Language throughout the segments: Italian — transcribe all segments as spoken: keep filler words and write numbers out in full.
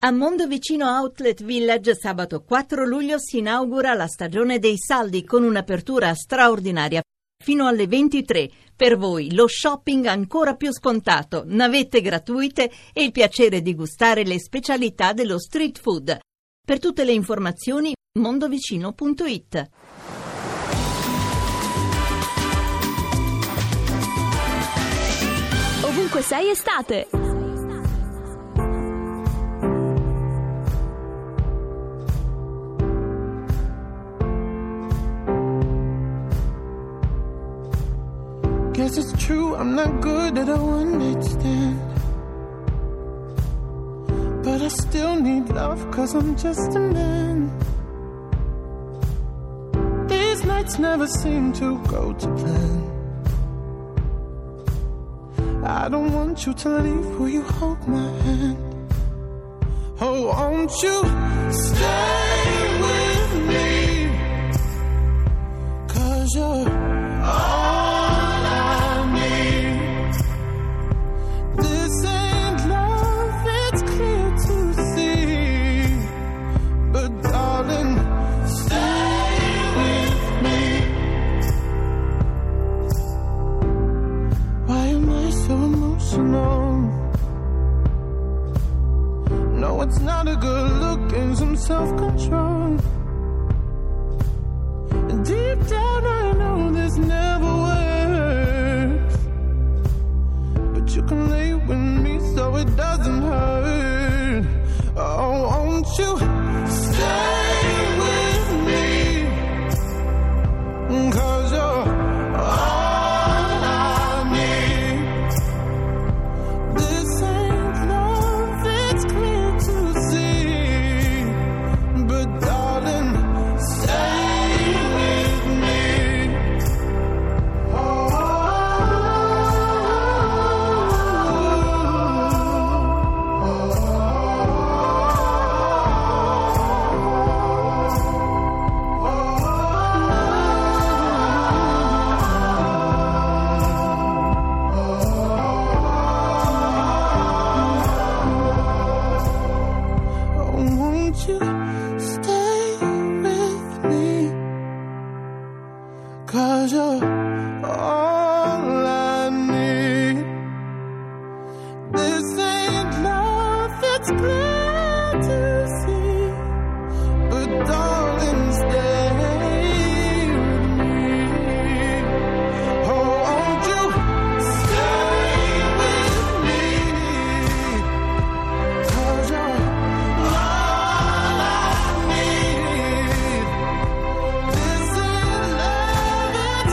A Mondovicino Outlet Village sabato quattro luglio si inaugura la stagione dei saldi con un'apertura straordinaria fino alle ventitré. Per voi lo shopping ancora più scontato, navette gratuite e il piacere di gustare le specialità dello street food. Per tutte le informazioni mondovicino punto it. Ovunque sei estate. Guess it's true, I'm not good at a one-night stand, but I still need love, cause I'm just a man. These nights never seem to go to plan. I don't want you to leave, will you hold my hand? Oh, won't you stay with me, cause you're all it's not a good look and some self-control. And deep down I know this never works, but you can lay with me so it doesn't hurt. Oh, won't you stay with me, 'cause you're all I need. This ain't love, it's clear. Cause you're all I need. This ain't love, it's clear to see, but darling, stay with me. Oh, won't you stay with me, cause you're all I need. This ain't love,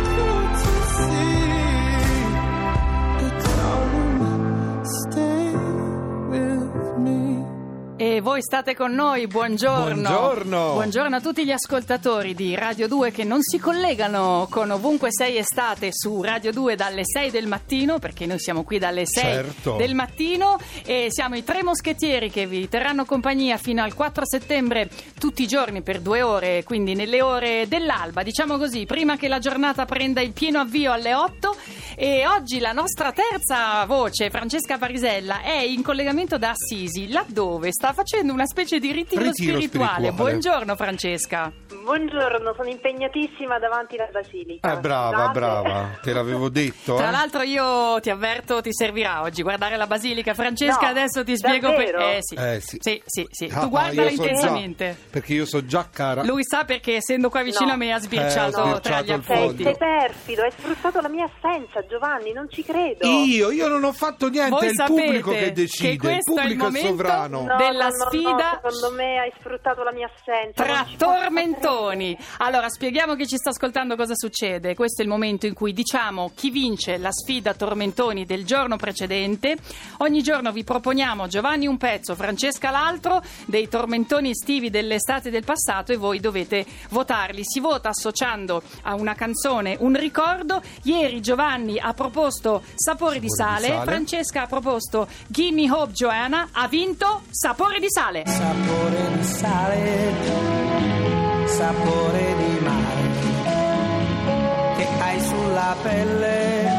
e voi state con noi, buongiorno. Buongiorno. Buongiorno a tutti gli ascoltatori di Radio due che non si collegano con Ovunque sei estate su Radio due dalle sei del mattino, perché noi siamo qui dalle sei certo. del mattino e siamo i tre moschettieri che vi terranno compagnia fino al quattro settembre tutti i giorni per due ore, quindi nelle ore dell'alba, diciamo così, prima che la giornata prenda il pieno avvio alle otto. E oggi la nostra terza voce, Francesca Parisella, è in collegamento da Assisi, laddove sta facendo una specie di ritiro, ritiro spirituale. spirituale. Buongiorno Francesca. Buongiorno, sono impegnatissima davanti alla Basilica. Eh, brava, Scusate. brava, te l'avevo detto. Tra eh? l'altro io ti avverto, ti servirà oggi guardare la Basilica. Francesca, No, adesso ti spiego davvero? per... Eh sì, Eh, sì. sì, sì, sì. Ah, Tu guardala io so già, intensamente. perché io so già cara. Lui sa perché essendo qua vicino No. a me ha Eh, sbirciato, ho tra sbirciato gli il Sei, appunti. sei perfido, hai sfruttato la mia assenza, Giovanni, non ci credo. Io, io non ho fatto niente, Voi è il sapete pubblico che che decide, il questo è il pubblico è momento sovrano. No, della no, no, sfida no, secondo me hai sfruttato la mia assenza. tra non ci posso tormentoni. credere. Allora, spieghiamo chi ci sta ascoltando cosa succede. Questo è il momento in cui diciamo chi vince la sfida tormentoni del giorno precedente. Ogni giorno vi proponiamo Giovanni un pezzo, Francesca l'altro, dei tormentoni estivi dell'estate del passato e voi dovete votarli. Si vota associando a una canzone un ricordo. Ieri Giovanni ha proposto Sapore di sale, di sale. Francesca ha proposto Gimme Hope Joanna, ha vinto Sapore di sale. Sapore di sale, sapore di mare, che hai sulla pelle,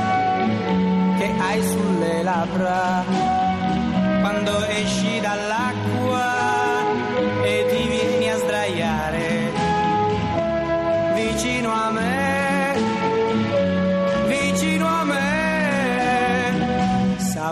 che hai sulle labbra, quando esci dall'acqua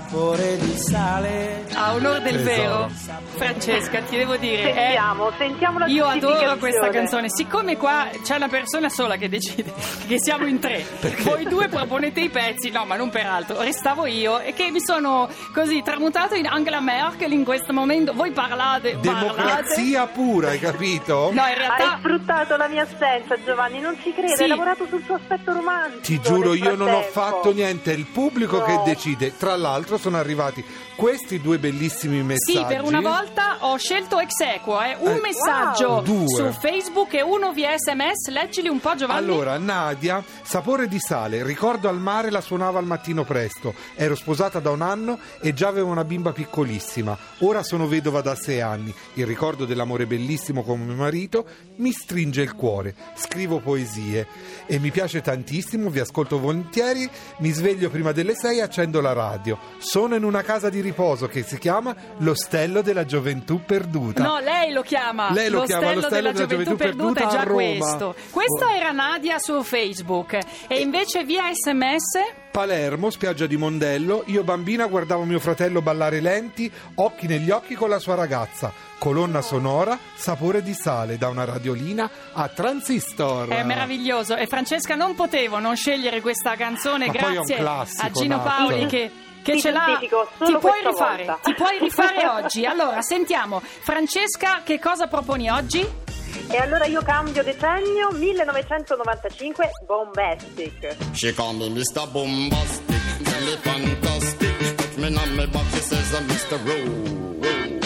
sapore di sale. A onore del Esatto. vero, Francesca, ti devo dire, Sentiamo, sentiamo la io adoro giustificazione. questa canzone. Siccome qua c'è una persona sola che decide, che siamo in tre, voi due proponete i pezzi, no, ma non per altro, restavo io e che mi sono così tramutato in Angela Merkel in questo momento. Voi parlate, parlate. Democrazia pura, hai capito? No, in Hai realtà sfruttato la mia assenza, Giovanni, non ci credo, Sì. hai lavorato sul suo aspetto romantico. Ti giuro, nel io non ho frattempo. fatto niente, è il pubblico No. che decide. Tra l'altro sono arrivati questi due bellissimi messaggi. sì, per una volta ho scelto ex equo, eh. un Eh, messaggio wow. Due. su Facebook e uno via sms. Leggili un po', Giovanni. Allora, Nadia, sapore di sale, ricordo al mare la suonava al mattino presto, ero sposata da un anno e già avevo una bimba piccolissima, ora sono vedova da sei anni, il ricordo dell'amore bellissimo con mio marito mi stringe il cuore, scrivo poesie e mi piace tantissimo, vi ascolto volentieri, mi sveglio prima delle sei e accendo la radio, sono in una casa di riposo che si chiama L'Ostello della Gioventù Perduta. No, lei lo chiama. Lei lo chiama L'Ostello l'Ostello della della Gioventù Gioventù Perduta, è Perduta già a Roma. questo. Questa Oh. era Nadia su Facebook. E invece via sms. Palermo, spiaggia di Mondello, io bambina guardavo mio fratello ballare lenti, occhi negli occhi con la sua ragazza, colonna sonora, sapore di sale, da una radiolina a transistor. È meraviglioso. E Francesca, non potevo non scegliere questa canzone. Ma poi è un grazie classico, a Gino Nato. Paoli che. Che Ti ce l'ha, giustifico, ti solo puoi questa rifare, volta. ti puoi rifare oggi. Allora, sentiamo, Francesca, che cosa proponi oggi? E allora io cambio decennio, millenovecentonovantacinque, Bombastic. She call me mister Bombastic, really fantastic. Touch me on me back, she says I'm mister Romantic.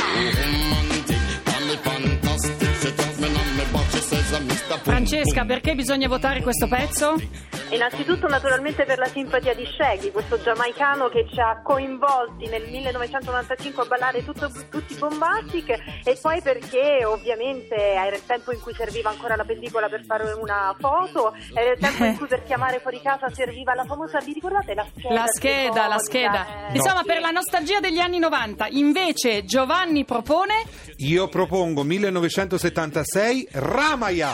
Call me fantastic, she touch me on me back, she says I'm mister Boom. Francesca, perché bisogna votare questo pezzo? Innanzitutto naturalmente per la simpatia di Shaggy, questo giamaicano che ci ha coinvolti nel millenovecentonovantacinque a ballare tutto, tutti Bombastic, e poi perché ovviamente era il tempo in cui serviva ancora la pellicola per fare una foto, era il tempo in cui per chiamare fuori casa serviva la famosa, vi ricordate la scheda? La scheda, la scheda. Eh, Insomma, sì. per la nostalgia degli anni novanta. Invece Giovanni propone Io propongo millenovecentosettantasei, Ramaya.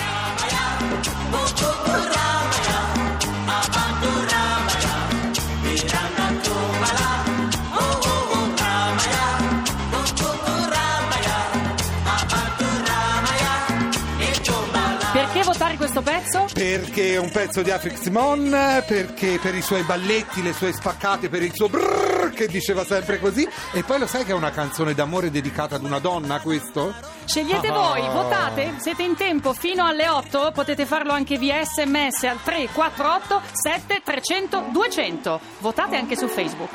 perché votare questo pezzo? Perché è un pezzo di Afrik Simon, perché per i suoi balletti, le sue spaccate, per il suo brrrr che diceva sempre così. E poi lo sai che è una canzone d'amore dedicata ad una donna, questo? Scegliete Ah. voi, votate, siete in tempo fino alle otto, potete farlo anche via sms al tre quattro otto sette trecento duecento. Votate anche su Facebook.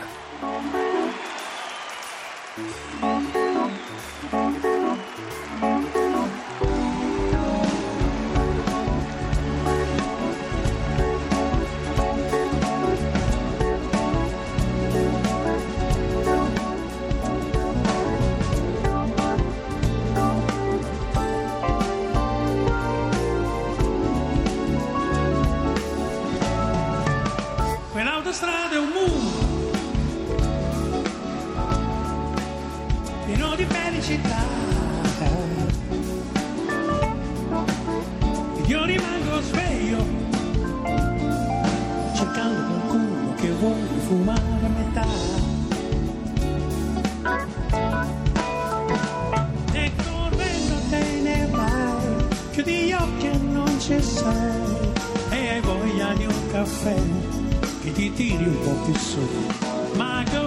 Quell'autostrada è un mondo pieno di felicità. Io rimango sveglio cercando qualcuno che vuole fumare a metà. E correndo te ne vai, chiudi gli occhi e non ci sei, e hai voglia di un caffè che ti tiri un po' più su, ma che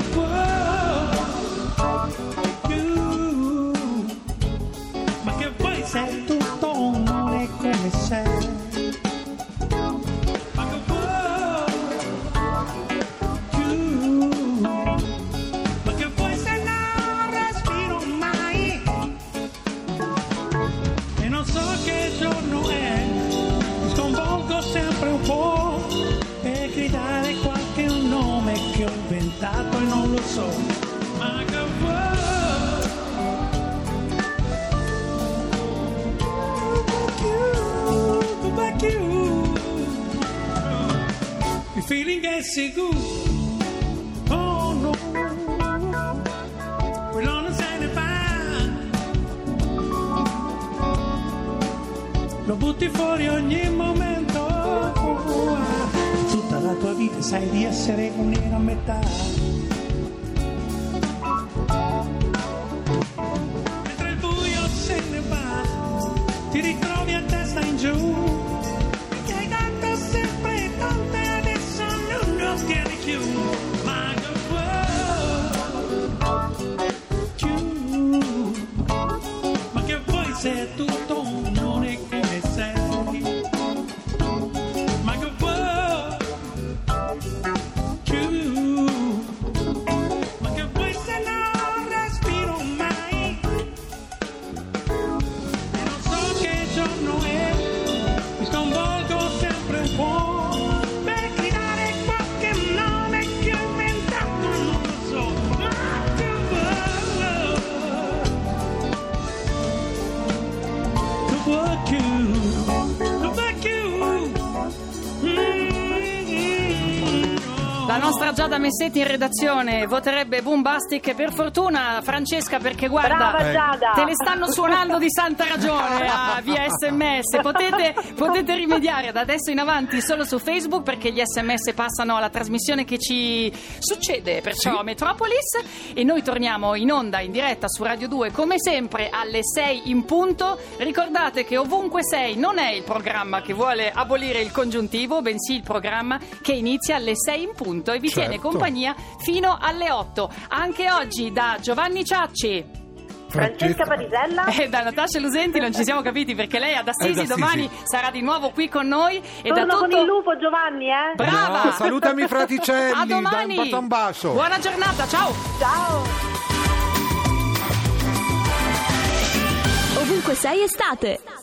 vuoi più, ma che vuoi se tutto non è come sei, ma che vuoi più, ma che vuoi se non respiro mai, e non so che giorno è, mi sconvolgo sempre un po' e gridare qualche nome che ho inventato e non lo so, ma che vuoi go back you, il feeling è sicuro, oh no, quello non se ne va, lo butti fuori ogni momento, tutta la tua vita sai di essere un'era a metà, nostra Giada Messetti in redazione voterebbe Boombastic, per fortuna Francesca, perché guarda, Brava Giada. te le stanno suonando di santa ragione ah, via sms. Potete, potete rimediare da adesso in avanti solo su Facebook, perché gli sms passano alla trasmissione che ci succede, perciò Sì. Metropolis, e noi torniamo in onda in diretta su Radio due come sempre alle sei in punto. Ricordate che Ovunque Sei non è il programma che vuole abolire il congiuntivo, bensì il programma che inizia alle sei in punto e vi Certo. tiene compagnia fino alle otto. Anche oggi da Giovanni Ciacci Francesca Parisella. e da Natascia Lusenti non ci siamo capiti perché lei è ad Assisi, È ad Assisi. domani sarà di nuovo qui con noi e Torno da tutto... con il lupo, Giovanni, eh? Brava! No, salutami fraticelli, A domani! da- un bacio. Buona giornata, ciao! Ciao. Ovunque sei estate.